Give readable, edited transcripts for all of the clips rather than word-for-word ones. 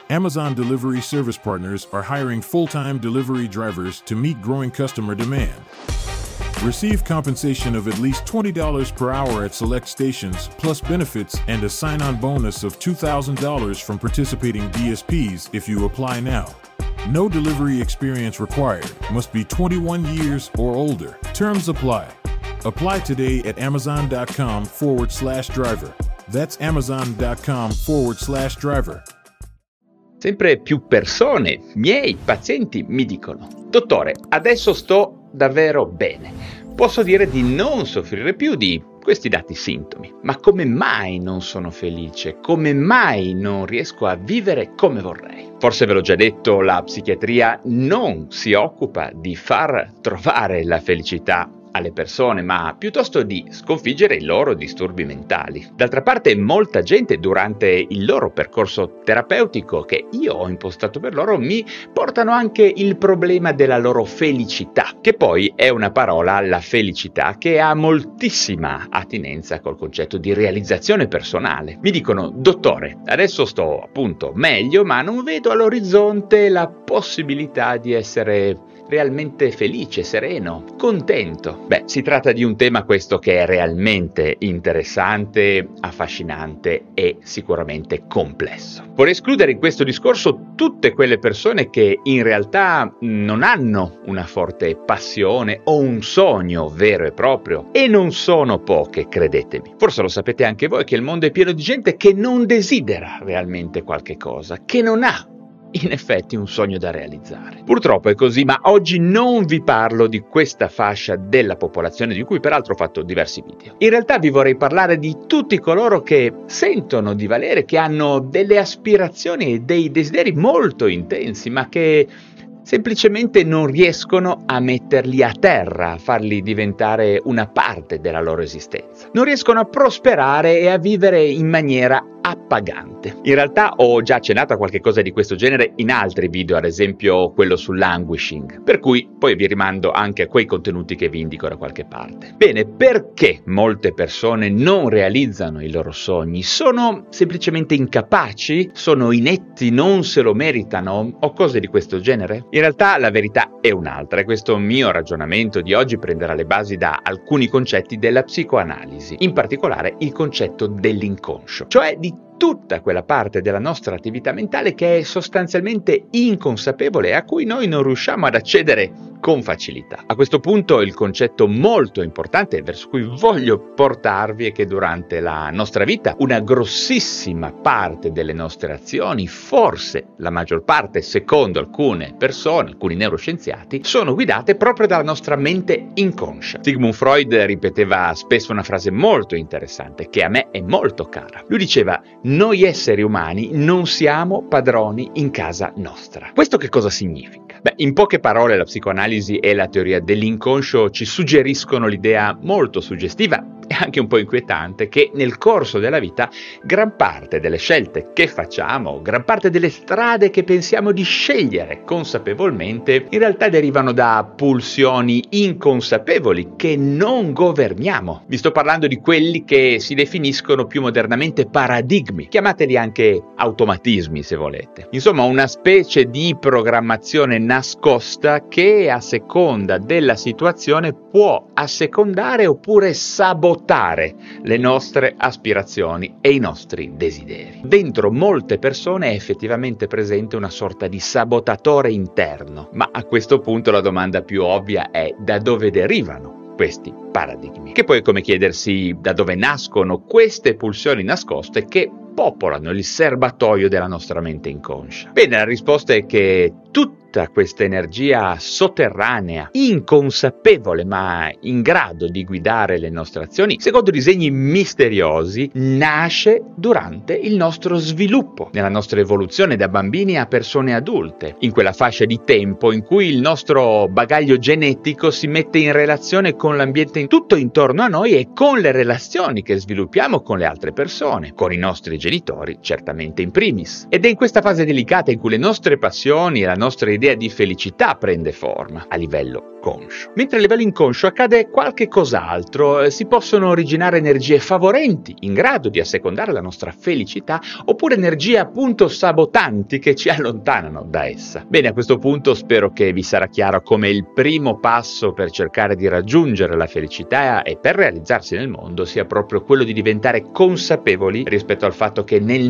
Amazon Delivery Service Partners are hiring full-time delivery drivers to meet growing customer demand. Receive compensation of at least $20 per hour at select stations, plus benefits and a sign-on bonus of $2,000 from participating DSPs if you apply now. No delivery experience required. Must be 21 years or older. Terms apply. Apply today at amazon.com/driver. That's amazon.com/driver. Sempre più persone, miei pazienti, mi dicono: dottore, adesso sto davvero bene. Posso dire di non soffrire più di questi dati sintomi. Ma come mai non sono felice? Come mai non riesco a vivere come vorrei? Forse ve l'ho già detto, la psichiatria non si occupa di far trovare la felicità alle persone, ma piuttosto di sconfiggere i loro disturbi mentali. D'altra parte, molta gente durante il loro percorso terapeutico che io ho impostato per loro mi portano anche il problema della loro felicità, che poi è una parola, la felicità, che ha moltissima attinenza col concetto di realizzazione personale. Mi dicono: dottore, adesso sto appunto meglio, ma non vedo all'orizzonte la possibilità di essere realmente felice, sereno, contento. Beh, si tratta di un tema questo che è realmente interessante, affascinante e sicuramente complesso. Vorrei escludere in questo discorso tutte quelle persone che in realtà non hanno una forte passione o un sogno vero e proprio, e non sono poche, credetemi. Forse lo sapete anche voi che il mondo è pieno di gente che non desidera realmente qualche cosa, che non ha in effetti un sogno da realizzare. Purtroppo è così, ma oggi non vi parlo di questa fascia della popolazione, di cui peraltro ho fatto diversi video. In realtà vi vorrei parlare di tutti coloro che sentono di valere, che hanno delle aspirazioni e dei desideri molto intensi, ma che semplicemente non riescono a metterli a terra, a farli diventare una parte della loro esistenza. Non riescono a prosperare e a vivere in maniera appagante. In realtà ho già accennato a qualche cosa di questo genere in altri video, ad esempio quello sull'languishing, per cui poi vi rimando anche a quei contenuti che vi indico da qualche parte. Bene, perché molte persone non realizzano i loro sogni? Sono semplicemente incapaci? Sono inetti? Non se lo meritano? O cose di questo genere? In realtà la verità è un'altra, e questo mio ragionamento di oggi prenderà le basi da alcuni concetti della psicoanalisi, in particolare il concetto dell'inconscio, cioè di tutta quella parte della nostra attività mentale che è sostanzialmente inconsapevole e a cui noi non riusciamo ad accedere con facilità. A questo punto il concetto molto importante verso cui voglio portarvi è che durante la nostra vita una grossissima parte delle nostre azioni, forse la maggior parte secondo alcune persone, alcuni neuroscienziati, sono guidate proprio dalla nostra mente inconscia. Sigmund Freud ripeteva spesso una frase molto interessante che a me è molto cara. Lui diceva: noi esseri umani non siamo padroni in casa nostra. Questo che cosa significa? Beh, in poche parole la psicoanalisi e la teoria dell'inconscio ci suggeriscono l'idea molto suggestiva e anche un po' inquietante che nel corso della vita gran parte delle scelte che facciamo, gran parte delle strade che pensiamo di scegliere consapevolmente, in realtà derivano da pulsioni inconsapevoli che non governiamo. Vi sto parlando di quelli che si definiscono più modernamente paradigmi, chiamateli anche automatismi se volete. Insomma, una specie di programmazione nascosta che a seconda della situazione può assecondare oppure sabotare le nostre aspirazioni e i nostri desideri. Dentro molte persone è effettivamente presente una sorta di sabotatore interno, ma a questo punto la domanda più ovvia è: da dove derivano questi paradigmi? Che poi è come chiedersi da dove nascono queste pulsioni nascoste che popolano il serbatoio della nostra mente inconscia. Bene, la risposta è che tutta questa energia sotterranea, inconsapevole ma in grado di guidare le nostre azioni, secondo disegni misteriosi, nasce durante il nostro sviluppo, nella nostra evoluzione da bambini a persone adulte, in quella fascia di tempo in cui il nostro bagaglio genetico si mette in relazione con l'ambiente tutto intorno a noi e con le relazioni che sviluppiamo con le altre persone, con i nostri genitori, certamente in primis. Ed è in questa fase delicata in cui le nostre passioni e la nostra idea di felicità prende forma a livello conscio. Mentre a livello inconscio accade qualche cos'altro, si possono originare energie favorenti in grado di assecondare la nostra felicità, oppure energie appunto sabotanti che ci allontanano da essa. Bene, a questo punto spero che vi sarà chiaro come il primo passo per cercare di raggiungere la felicità e per realizzarsi nel mondo sia proprio quello di diventare consapevoli rispetto al fatto che nel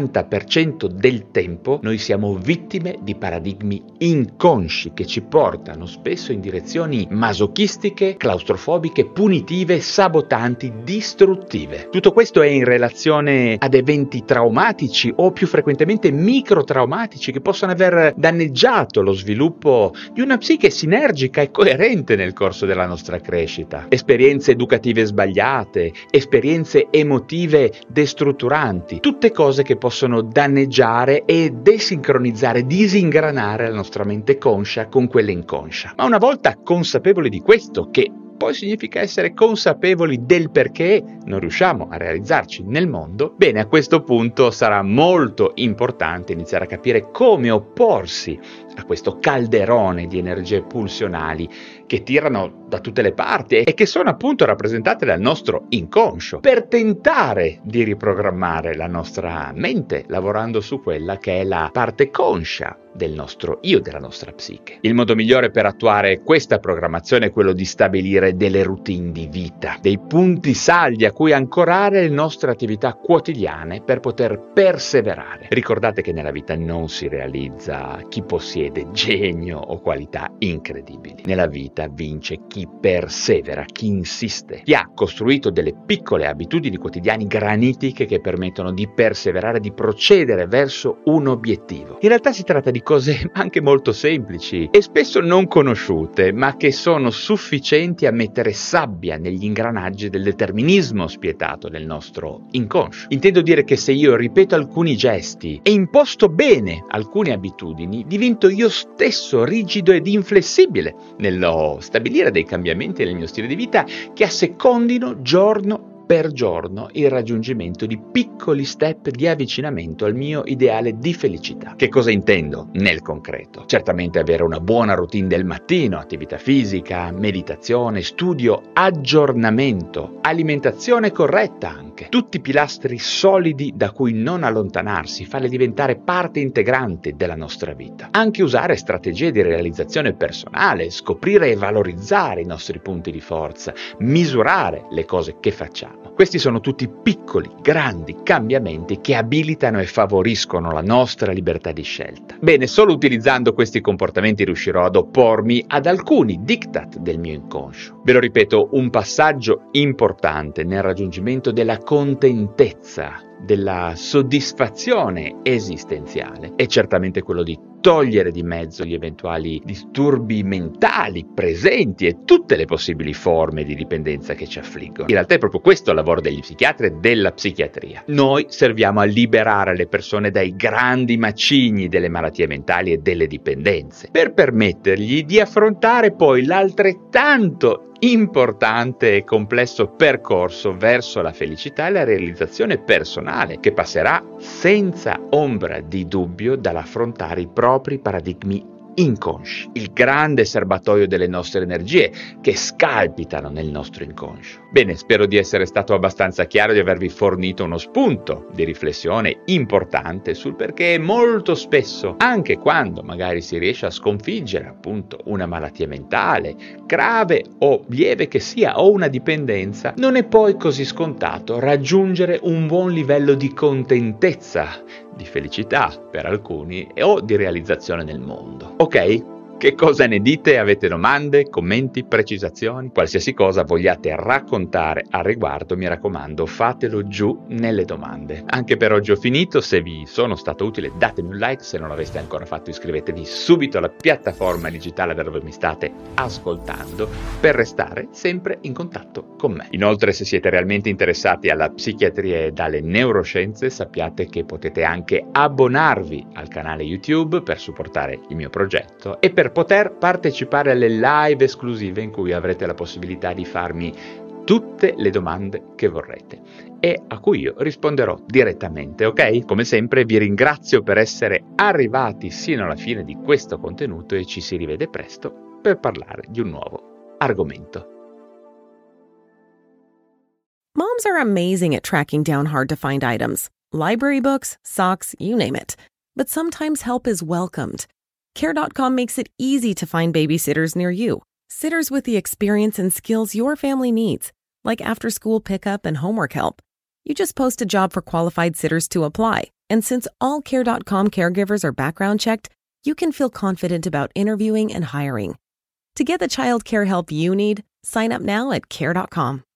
90% del tempo noi siamo vittime di paradigmi inconsci che ci portano spesso in direzioni masochistiche, claustrofobiche, punitive, sabotanti, distruttive. Tutto questo è in relazione ad eventi traumatici o più frequentemente microtraumatici che possono aver danneggiato lo sviluppo di una psiche sinergica e coerente nel corso della nostra crescita. Esperienze educative sbagliate, esperienze emotive destrutturanti, tutte cose che possono danneggiare e desincronizzare, disingranare la nostra mente conscia con quella inconscia. Ma una volta consapevoli di questo, che poi significa essere consapevoli del perché non riusciamo a realizzarci nel mondo, bene, a questo punto sarà molto importante iniziare a capire come opporsi a questo calderone di energie pulsionali che tirano da tutte le parti e che sono appunto rappresentate dal nostro inconscio, per tentare di riprogrammare la nostra mente lavorando su quella che è la parte conscia del nostro io, della nostra psiche. Il modo migliore per attuare questa programmazione è quello di stabilire delle routine di vita, dei punti saldi a cui ancorare le nostre attività quotidiane per poter perseverare. Ricordate che nella vita non si realizza chi possiede genio o qualità incredibili. Nella vita vince chi persevera, chi insiste, chi ha costruito delle piccole abitudini quotidiane granitiche che permettono di perseverare, di procedere verso un obiettivo. In realtà si tratta di cose anche molto semplici e spesso non conosciute, ma che sono sufficienti a mettere sabbia negli ingranaggi del determinismo spietato del nostro inconscio. Intendo dire che se io ripeto alcuni gesti e imposto bene alcune abitudini, divento io stesso rigido ed inflessibile nello stabilire dei cambiamenti nel mio stile di vita che assecondino giorno per giorno il raggiungimento di piccoli step di avvicinamento al mio ideale di felicità. Che cosa intendo nel concreto? Certamente avere una buona routine del mattino, attività fisica, meditazione, studio, aggiornamento, alimentazione corretta anche. Tutti pilastri solidi da cui non allontanarsi, farli diventare parte integrante della nostra vita. Anche usare strategie di realizzazione personale, scoprire e valorizzare i nostri punti di forza, misurare le cose che facciamo. Questi sono tutti piccoli, grandi cambiamenti che abilitano e favoriscono la nostra libertà di scelta. Bene, solo utilizzando questi comportamenti riuscirò ad oppormi ad alcuni diktat del mio inconscio. Ve lo ripeto, un passaggio importante nel raggiungimento della contentezza, della soddisfazione esistenziale è certamente quello di togliere di mezzo gli eventuali disturbi mentali presenti e tutte le possibili forme di dipendenza che ci affliggono. In realtà è proprio questo il lavoro degli psichiatri e della psichiatria. Noi serviamo a liberare le persone dai grandi macigni delle malattie mentali e delle dipendenze, per permettergli di affrontare poi l'altrettanto importante e complesso percorso verso la felicità e la realizzazione personale, che passerà senza ombra di dubbio dall'affrontare i propri paradigmi inconsci, il grande serbatoio delle nostre energie che scalpitano nel nostro inconscio. Bene, spero di essere stato abbastanza chiaro, di avervi fornito uno spunto di riflessione importante sul perché molto spesso, anche quando magari si riesce a sconfiggere appunto una malattia mentale, grave o lieve che sia, o una dipendenza, non è poi così scontato raggiungere un buon livello di contentezza, di felicità per alcuni o di realizzazione nel mondo. Ok? Che cosa ne dite? Avete domande, commenti, precisazioni? Qualsiasi cosa vogliate raccontare al riguardo, mi raccomando, fatelo giù nelle domande. Anche per oggi ho finito, se vi sono stato utile datemi un like, se non l'aveste ancora fatto iscrivetevi subito alla piattaforma digitale da dove mi state ascoltando per restare sempre in contatto con me. Inoltre, se siete realmente interessati alla psichiatria e alle neuroscienze, sappiate che potete anche abbonarvi al canale YouTube per supportare il mio progetto e per poter partecipare alle live esclusive in cui avrete la possibilità di farmi tutte le domande che vorrete e a cui io risponderò direttamente, ok? Come sempre vi ringrazio per essere arrivati sino alla fine di questo contenuto e ci si rivede presto per parlare di un nuovo argomento. Moms are amazing at tracking down hard-to-find items. Library books, socks, you name it. But sometimes help is welcomed. Care.com makes it easy to find babysitters near you. Sitters with the experience and skills your family needs, like after-school pickup and homework help. You just post a job for qualified sitters to apply. And since all Care.com caregivers are background checked, you can feel confident about interviewing and hiring. To get the child care help you need, sign up now at Care.com.